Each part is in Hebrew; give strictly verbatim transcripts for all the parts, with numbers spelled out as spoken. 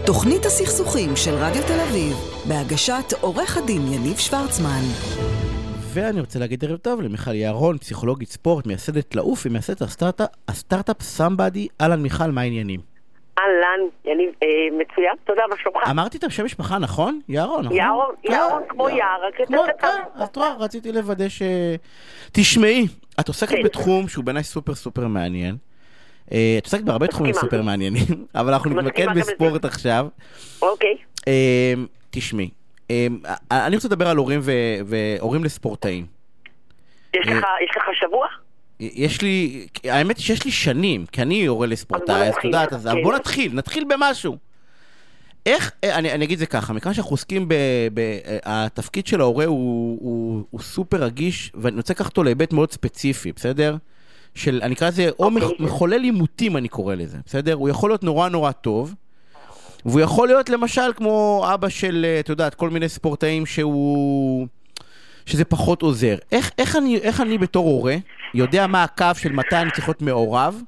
תוכנית הסכסוכים של רדיו תל אביב, בהגשת עורך הדין יניב שוורצמן. ואני רוצה להגיד ערב טוב למיכל יערון, פסיכולוגית ספורט, מייסדת לעוף, ומייסדת הסטארט-אפ, הסטארט-אפ סמבדי. אהלן מיכל, מה העניינים? אהלן, יניב, אה, מצוין, תודה, מה שלומך? אמרתי את השם משפחה, נכון? יערון, נכון? יערון, יערון, כמו יער, רק יותר קטן. אז תראה, רציתי לוודא ש... תשמעי, את עוסקת בתחום שהוא בעיניי סופר סופר מעניין. את עוסקת בהרבה תחומים סופר מעניינים, אבל אנחנו נתמקד בספורט עכשיו. אוקיי. תשמעי, אני רוצה לדבר על הורים והורים לספורטאים. יש לך שבוע? יש לי, האמת שיש לי שנים, כי אני הורה לספורטאי, אז תודעת, אז בוא נתחיל, נתחיל במשהו. איך, אני, אני אגיד זה ככה, מכאן שאנחנו עוסקים בתפקיד של ההורה הוא, הוא, הוא סופר רגיש, ואני רוצה לקחת אותו להיבט מאוד ספציפי, בסדר? של, אני אקרא לזה, או מחולל עימותים אני קורא לזה, בסדר? הוא יכול להיות נורא נורא טוב, והוא יכול להיות למשל כמו אבא של, אתה יודעת, כל מיני ספורטאים שהוא... שזה פחות עוזר. איך, איך אני, איך אני בתור הורה יודע מה הקו של מתי אני צריך להיות מעורב,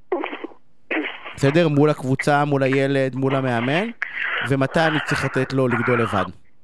בסדר? מול הקבוצה, מול הילד, מול המאמן, ומתי אני צריך לתת לו לגדול לבד?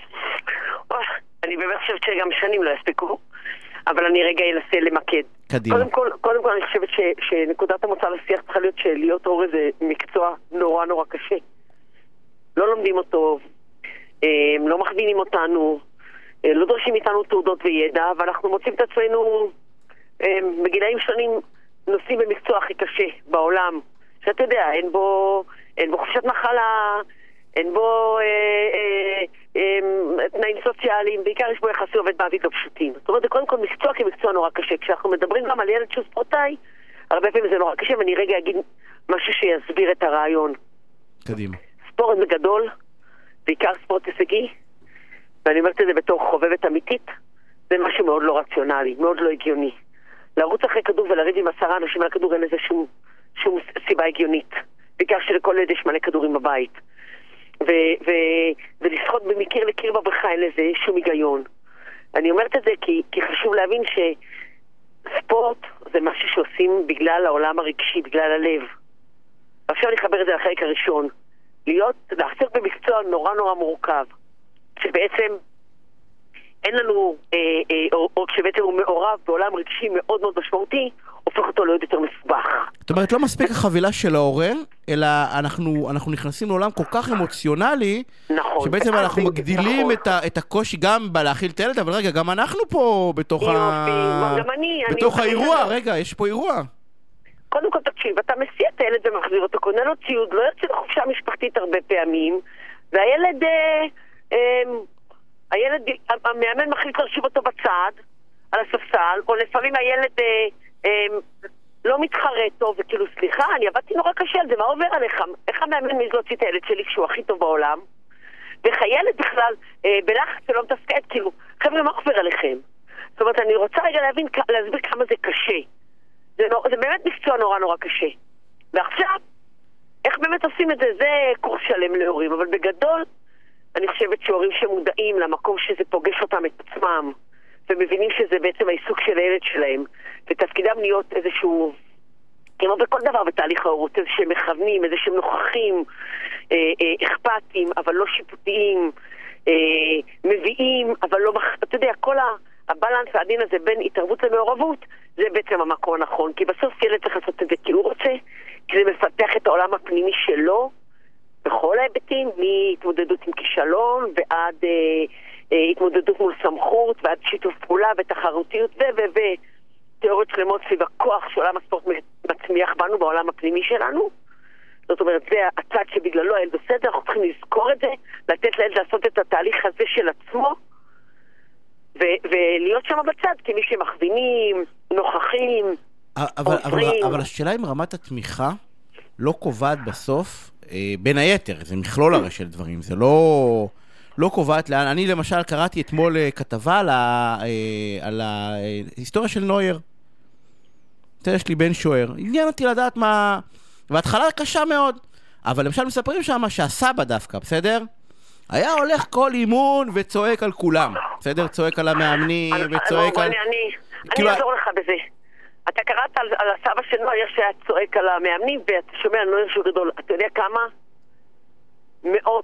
אני באמת חושבת שגם שנים לא יספיקו, אבל אני רגע אנסה למקד. קדימה. קודם כל, קודם כל אני חושבת ש, שנקודת המוצא לשיח צריכה להיות שלהיות הורה זה מקצוע נורא נורא קשה. לא לומדים אותו, לא מכווינים אותנו, לא דורשים איתנו תעודות וידע, ואנחנו מוצאים את עצמנו בגילאים שונים נושאים במקצוע הכי קשה בעולם, שאתה יודע, אין בו, אין בו חופשת מחלה, אין בו אה, אה, אה, תנאים סוציאליים, בעיקר יש בו יחסי עובד מעביד לא פשוטים. זאת אומרת, זה קודם כל מקצוע כמקצוע נורא קשה. כשאנחנו מדברים גם על ילד שהוא ספורטאי, הרבה פעמים זה נורא קשה, ואני רגע אגיד משהו שיסביר את הרעיון. קדימה. ספורט בגדול, בעיקר ספורט הישגי, ואני אומרת את זה בתור חובבת אמיתית, זה משהו מאוד לא רציונלי, מאוד לא הגיוני. לרוץ אחרי כדור ולריב עם עשרה אנשים על הכדור אין איזה שום, שום סיבה הגיונית. בעיקר שלכל ילד יש מלא כדורים בבית. ו- ו- ולשחות במקיר לקיר בבריכה אין לזה שום היגיון. אני אומרת את זה כי, כי חשוב להבין שספורט זה משהו שעושים בגלל העולם הרגשי, בגלל הלב. עכשיו נחבר את זה לחלק הראשון. להיות, לעסוק במקצוע נורא נורא מורכב. שבעצם אין לנו, אה, אה, או, או כשבעצם הוא מעורב בעולם רגשי מאוד מאוד משמעותי, הופך אותו להיות יותר מסובך. זאת אומרת, לא מספיק החבילה של ההורה, אלא אנחנו, אנחנו נכנסים לעולם כל כך אמוציונלי, נכון. שבעצם אנחנו מגדילים נכון. את, ה, את הקושי גם בלהכיל את הילד, אבל רגע, גם אנחנו פה בתוך, ה... גם אני, בתוך אני האירוע, אני... רגע, יש פה אירוע. קודם כל תקשיב, אתה מסיע את הילד ומחזיר אותו, קונה לו ציוד, לא יוצא לחופשה משפחתית הרבה פעמים, והילד... אה, אה, הילד, המאמן מחליט להרשיב אותו בצד, על הספסל, או לפעמים הילד אה, אה, לא מתחרט טוב, וכאילו, סליחה, אני עבדתי נורא קשה על זה, מה עובר עליך? איך המאמן מז להוציא את הילד שלי כשהוא הכי טוב בעולם? ואיך הילד בכלל אה, בלחץ ולא מתפקד, כאילו, חבר'ה, מה עובר עליכם? זאת אומרת, אני רוצה רגע להבין, להסביר כמה זה קשה. זה, נור, זה באמת מקצוע נורא נורא קשה. ועכשיו, איך באמת עושים את זה? זה קורס שלם להורים, אבל בגדול, אני חושבת שהורים שמודעים למקום שזה פוגש אותם את עצמם, ומבינים שזה בעצם העיסוק של הילד שלהם, ותפקידם להיות איזשהו, כמו בכל דבר בתהליך ההורות, איזה שהם מכוונים, איזה שהם נוכחים, אה, אה, אכפתיים, אבל לא שיפוטיים, אה, מביאים, אבל לא, אתה יודע, כל הבלנס העדין הזה בין התערבות למעורבות, זה בעצם המקום הנכון, כי בסוף ילד צריך לעשות את זה כי הוא רוצה, כי זה מפתח את העולם הפנימי שלו, בכל ההיבטים, מהתמודדות עם כישלון ועד אה, אה, התמודדות מול סמכות ועד שיתוף פעולה ותחרותיות ו... ו... ו... תיאוריות שלמות סביב הכוח שעולם הספורט מצמיח בנו בעולם הפנימי שלנו. זאת אומרת, זה הצד שבגללו הילד בסדר, אנחנו צריכים לזכור את זה, לתת לילד לעשות את התהליך הזה של עצמו ו... ולהיות שם בצד כמי שמכווינים, נוכחים, אבל, אבל, אבל השאלה עם רמת התמיכה לא קובעת בסוף בין היתר, זה מכלול הרי של דברים, זה לא, לא קובעת לאן. אני למשל קראתי אתמול כתבה על, ה, על ההיסטוריה של נויר. יש לי בן שוער. עניין אותי לדעת מה... וההתחלה קשה מאוד. אבל למשל מספרים שם שהסבא דווקא, בסדר? היה הולך כל אימון וצועק על כולם. בסדר? צועק על המאמנים וצועק על... אני אעזור לך בזה. אתה קראת על, על הסבא של נויר שהיה צועק על המאמנים, ואתה שומע על נויר שהוא גדול. אתה יודע כמה? מאות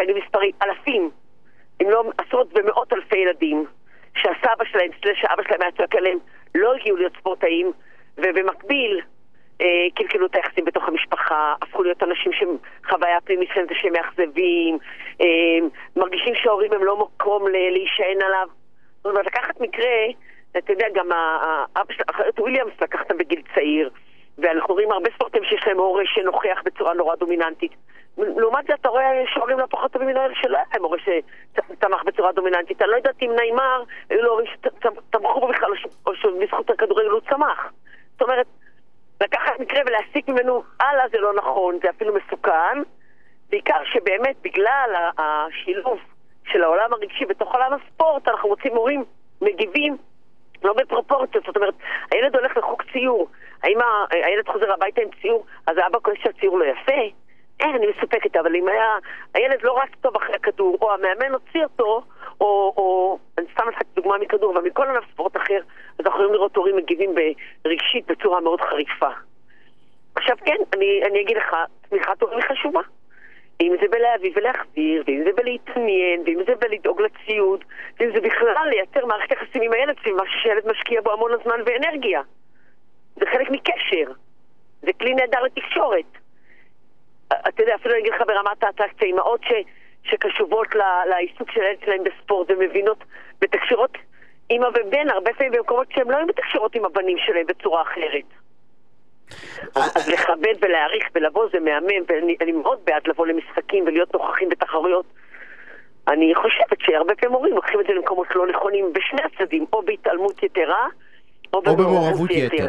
להגיד מספרי אלפים, אם לא עשרות ומאות אלפי ילדים, שהסבא שלהם, סלש האבא שלהם היה צועק עליהם, לא הגיעו להיות ספורטאים, ובמקביל אה, קלקלו את היחסים בתוך המשפחה, הפכו להיות אנשים שחוויה פנימית שלהם זה שהם מאכזבים, אה, מרגישים שההורים הם לא מקום להישען עליו. זאת אומרת, לקחת מקרה, אתה יודע, גם האבא של אחרת וויליאמס לקחתם בגיל צעיר, ואנחנו רואים הרבה ספורטים שיש להם הורה שנוכח בצורה נורא דומיננטית. לעומת זה אתה רואה שהורים לא פחות טובים מנהל שלא היה להם הורה שתמך בצורה דומיננטית. אני לא יודעת אם נאמר, היו לו הורים שתמכו בו בכלל, או שבזכות הכדורגל הוא צמח. זאת אומרת, לקחת מקרה ולהסיק ממנו הלאה זה לא נכון, זה אפילו מסוכן, בעיקר שבאמת בגלל השילוב של העולם הרגשי בתוך עולם הספורט, אנחנו מוצאים הורים מגיבים לא בפרופורציות. זאת אומרת, הילד הולך לחוג ציור, האם הילד חוזר הביתה עם ציור, אז האבא כועס שהציור לא יפה? אין, אני מסופקת, אבל אם היה, הילד לא רק טוב אחרי הכדור, או המאמן הוציא אותו, או, או אני סתם לך דוגמה מכדור, אבל מכל ענף ספורט אחר, אז אנחנו יכולים לראות הורים מגיבים ברגשית בצורה מאוד חריפה. עכשיו כן, אני, אני אגיד לך, תמיכת הורים היא חשובה. אם זה בלהביא ולהחזיר, ואם זה בלהתעניין, ואם זה בלדאוג לציוד, ואם זה בכלל לייצר מערכת יחסים עם הילד, זה משהו שילד משקיע בו המון הזמן ואנרגיה. זה חלק מקשר. זה כלי נהדר לתקשורת. אתה יודע, אפילו אני אגיד לך ברמת האטרקציה, אימהות ש, שקשובות לעיסוק של הילד שלהם בספורט ומבינות בתקשורות אמא ובן, הרבה פעמים במקומות שהם לא היו בתקשורות עם הבנים שלהם בצורה אחרת. אז לכבד ולהעריך ולבוא זה מהמם, ואני מאוד בעד לבוא למשחקים ולהיות נוכחים בתחרויות. אני חושבת שהרבה פעמים מורים לוקחים את זה למקומות לא נכונים בשני הצדדים, או בהתעלמות יתרה או במעורבות יתר.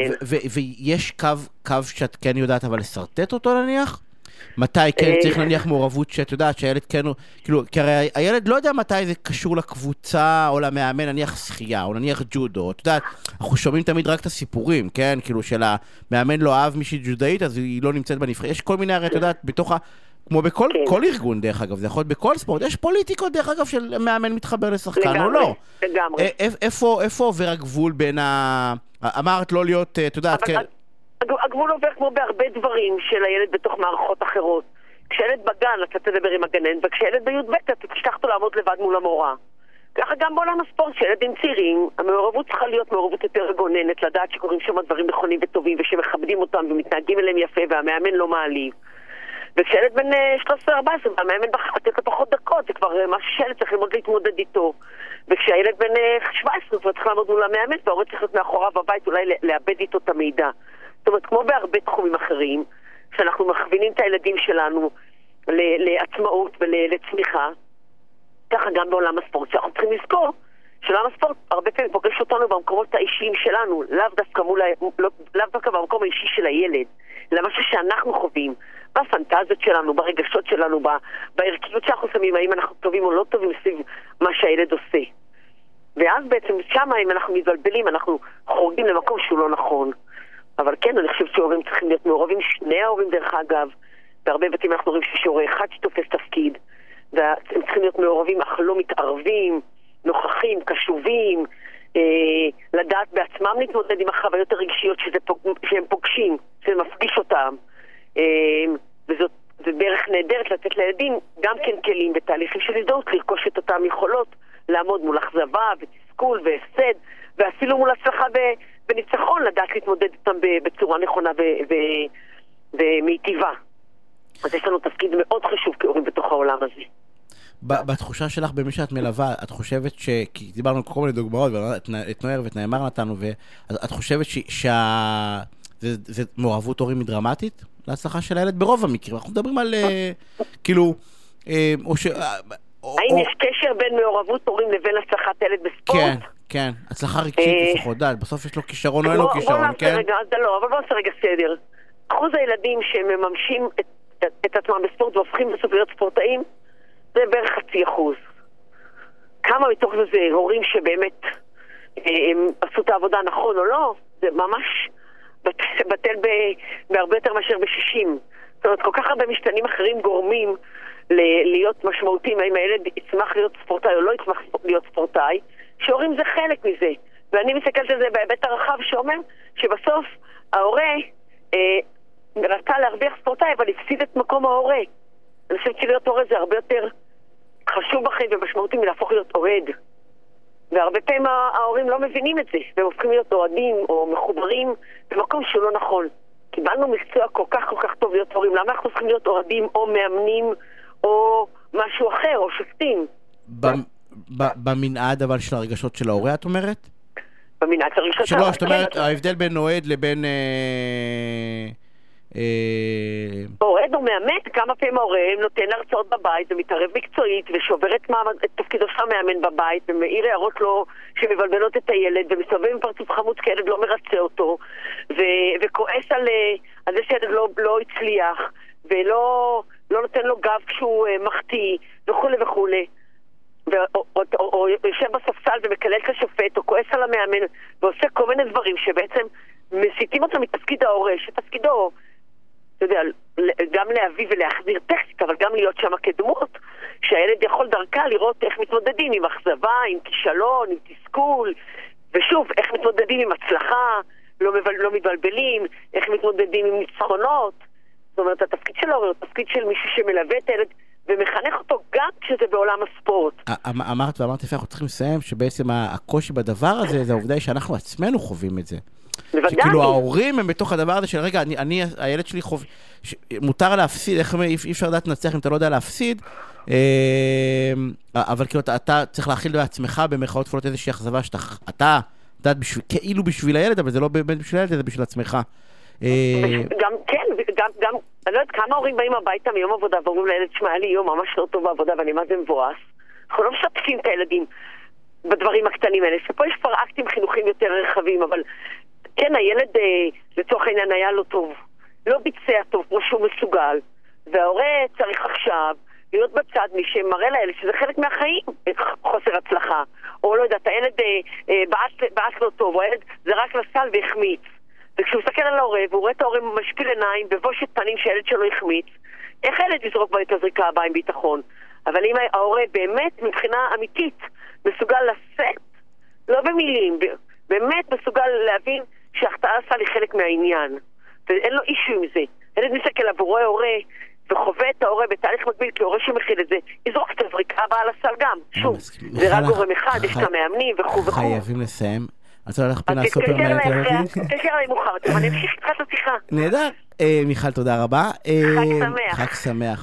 ויש קו שאת כן יודעת אבל לסרטט אותו נניח? מתי כן צריך נניח מעורבות שאת יודעת שהילד כן, כאילו, כי הרי הילד לא יודע מתי זה קשור לקבוצה או למאמן, נניח שחייה או נניח ג'ודו, את יודעת, אנחנו שומעים תמיד רק את הסיפורים, כן, כאילו של המאמן לא אהב מישהי ג'ודאית אז היא לא נמצאת בנבחרת, יש כל מיני הרי, את יודעת, בתוך ה... כמו בכל כל ארגון דרך אגב, זה יכול להיות בכל ספורט, יש פוליטיקות דרך אגב של מאמן מתחבר לשחקן או לא. לגמרי. איפה עובר הגבול בין ה... אמרת לא להיות, את יודעת, כן... הגבול עובר כמו בהרבה דברים של הילד בתוך מערכות אחרות. כשילד בגן אתה תדבר עם הגנן, וכשילד בי"ב אתה תשלח אותו לעמוד לבד מול המורה. ככה גם בעולם הספורט, שילדים צעירים, המעורבות צריכה להיות מעורבות יותר גוננת, לדעת שקוראים שם דברים נכונים וטובים ושמכבדים אותם ומתנהגים אליהם יפה והמאמן לא מעליב. וכשילד בן שלוש עשרה ארבע עשרה והמאמן לתת לו פחות דקות, זה כבר משהו שילד צריך ללמוד להתמודד איתו. וכשהילד בן שבע עשרה כבר צריך לעמוד מול המאמן וההורה צריך להיות מאחוריו בבית, אולי לאבד איתו את המידע. זאת אומרת, כמו בהרבה תחומים אחרים, שאנחנו מכווינים את הילדים שלנו לעצמאות ולצמיחה, ככה גם בעולם הספורט, שאנחנו צריכים לזכור שעולם הספורט הרבה פעמים פוגש אותנו במקומות האישיים שלנו, לאו דווקא, מול, לא, לאו דווקא במקום האישי של הילד, אלא משהו שאנחנו חווים, בפנטזיות שלנו, ברגשות שלנו, בערכיות שאנחנו שמים, האם אנחנו טובים או לא טובים סביב מה שהילד עושה. ואז בעצם שם, אם אנחנו מתבלבלים, אנחנו חורגים למקום שהוא לא נכון. אבל כן, אני חושב שההורים צריכים להיות מעורבים, שני ההורים דרך אגב, בהרבה בתים אנחנו רואים שיש הורה אחד שתופס תפקיד, והם צריכים להיות מעורבים אך לא מתערבים, נוכחים, קשובים, אה, לדעת בעצמם להתמודד עם החוויות הרגשיות שזה פוג... שהם פוגשים, שזה מפגיש אותם, אה, וזאת זה דרך נהדרת לתת לילדים גם כן כלים בתהליכים של הזדהות, לרכוש את אותם יכולות, לעמוד מול אכזבה ותסכול והפסד, ואפילו מול הצלחה ב... בניצחון, לדעת להתמודד איתם בצורה נכונה ומיטיבה. אז יש לנו תפקיד מאוד חשוב כהורים בתוך העולם הזה. בתחושה שלך, במי שאת מלווה, את חושבת ש... כי דיברנו כל מיני דוגמאות, את נוער ואת נאמר נתנו, ואת חושבת שזה מעורבות הורים דרמטית להצלחה של הילד ברוב המקרים? אנחנו מדברים על כאילו... האם יש קשר בין מעורבות הורים לבין הצלחת ילד בספורט? כן. כן, הצלחה רגשית לפחות, דעת, בסוף יש לו כישרון או אין לו כישרון, כן? רגע, אז לא, אבל בוא נעשה רגע סדר. אחוז הילדים שמממשים את, את, את עצמם בספורט והופכים בסוף להיות ספורטאים, זה בערך חצי אחוז. כמה מתוך זה זה הורים שבאמת הם עשו את העבודה נכון או לא, זה ממש בטל בהרבה יותר מאשר ב-שישים. זאת אומרת, כל כך הרבה משתנים אחרים גורמים להיות משמעותיים, האם הילד יצמח להיות ספורטאי או לא יצמח להיות ספורטאי, שהורים זה חלק מזה. ואני מסתכלת על זה בהיבט הרחב שאומר שבסוף ההורה אה, רצה להרוויח ספורטאי, אבל הפסיד את מקום ההורה. אני חושבת שלהיות הורה זה הרבה יותר חשוב בחיים ומשמעותי מלהפוך להיות אוהד. והרבה פעמים ההורים לא מבינים את זה, והם הופכים להיות אוהדים או מחוברים במקום שהוא לא נכון. קיבלנו מקצוע כל כך כל כך טוב להיות הורים, למה אנחנו צריכים להיות אוהדים או מאמנים או משהו אחר, או שופטים? במנעד אבל של הרגשות של ההורה, את אומרת? במנעד של הרגשות של ההורה. שלא, זאת אומרת, ההבדל בין אוהד לבין... אוהד או מאמן, כמה פעמים ההורה נותן הרצאות בבית ומתערב מקצועית ושובר את תפקידו של המאמן בבית ומאיר הערות לו שמבלבלות את הילד ומסתובב עם פרצוף חמוץ כי הילד לא מרצה אותו וכועס על זה שהילד לא הצליח ולא נותן לו גב כשהוא מחטיא וכו' וכו', או יושב בספסל ומקלל את השופט או כועס על המאמן ועושה כל מיני דברים שבעצם מסיתים אותו מתפקיד ההורה, שתפקידו אתה יודע, גם להביא ולהחזיר טקסט, אבל גם להיות שם כדמות, שהילד יכול דרכה לראות איך מתמודדים עם אכזבה, עם כישלון, עם תסכול, ושוב, איך מתמודדים עם הצלחה, לא, מבל, לא מבלבלים, איך מתמודדים עם ניצחונות. זאת אומרת, התפקיד של ההורה הוא תפקיד של מישהו שמלווה את הילד, ומחנך אותו גם כשזה בעולם הספורט. אמרת ואמרת יפה, אנחנו צריכים לסיים שבעצם הקושי בדבר הזה, זה העובדה שאנחנו עצמנו חווים את זה. שכאילו ההורים הם בתוך הדבר הזה של רגע, אני, אני הילד שלי חוב... ש... מותר להפסיד, איך אי אפשר לדעת לנצח אם אתה לא יודע להפסיד, אבל כאילו אתה, אתה צריך להכיל בעצמך במרכאות כפולות איזושהי אכזבה שאתה, אתה, אתה בשביל, כאילו בשביל הילד, אבל זה לא באמת בשביל הילד, זה בשביל עצמך. גם, כן, גם, גם, אני לא יודעת כמה הורים באים הביתה מיום עבודה ואומרים לילד, שמע, היה לי יום ממש לא טוב בעבודה ואני מה זה מבואס. אנחנו לא משתפים את הילדים בדברים הקטנים האלה, שפה יש כבר אקטים חינוכיים יותר רחבים, אבל כן, הילד לצורך העניין היה לו טוב, לא ביצע טוב כמו שהוא מסוגל, וההורה צריך עכשיו להיות בצד מי שמראה לילד שזה חלק מהחיים, חוסר הצלחה, או לא יודעת, הילד בעס לא טוב, או הילד זרק לסל והחמיץ, וכשהוא מסתכל על ההורה והוא רואה את ההורה משפיל עיניים בבושת פנים שהילד שלו החמיץ, איך הילד יזרוק בו את הזריקה הבאה עם ביטחון? אבל אם ההורה באמת מבחינה אמיתית מסוגל לשאת, לא במילים, באמת מסוגל להבין שההחטאה עשה לי חלק מהעניין ואין לו אישו עם זה, ילד מסתכל עבור רואה הורה וחווה את ההורה בתהליך מקביל כהורה שמכיל את זה, יזרוק את הזריקה הבאה לסל גם, שוב, זה רק גורם אחד, יש את המאמנים וכו' וכו'. חייבים לסיים. אז אתה הולך פינה סופר מעניינת. תשאר עליי מוכר, אני אמשיך איתך את השיחה. נהדר. מיכל, תודה רבה. חג שמח. חג שמח.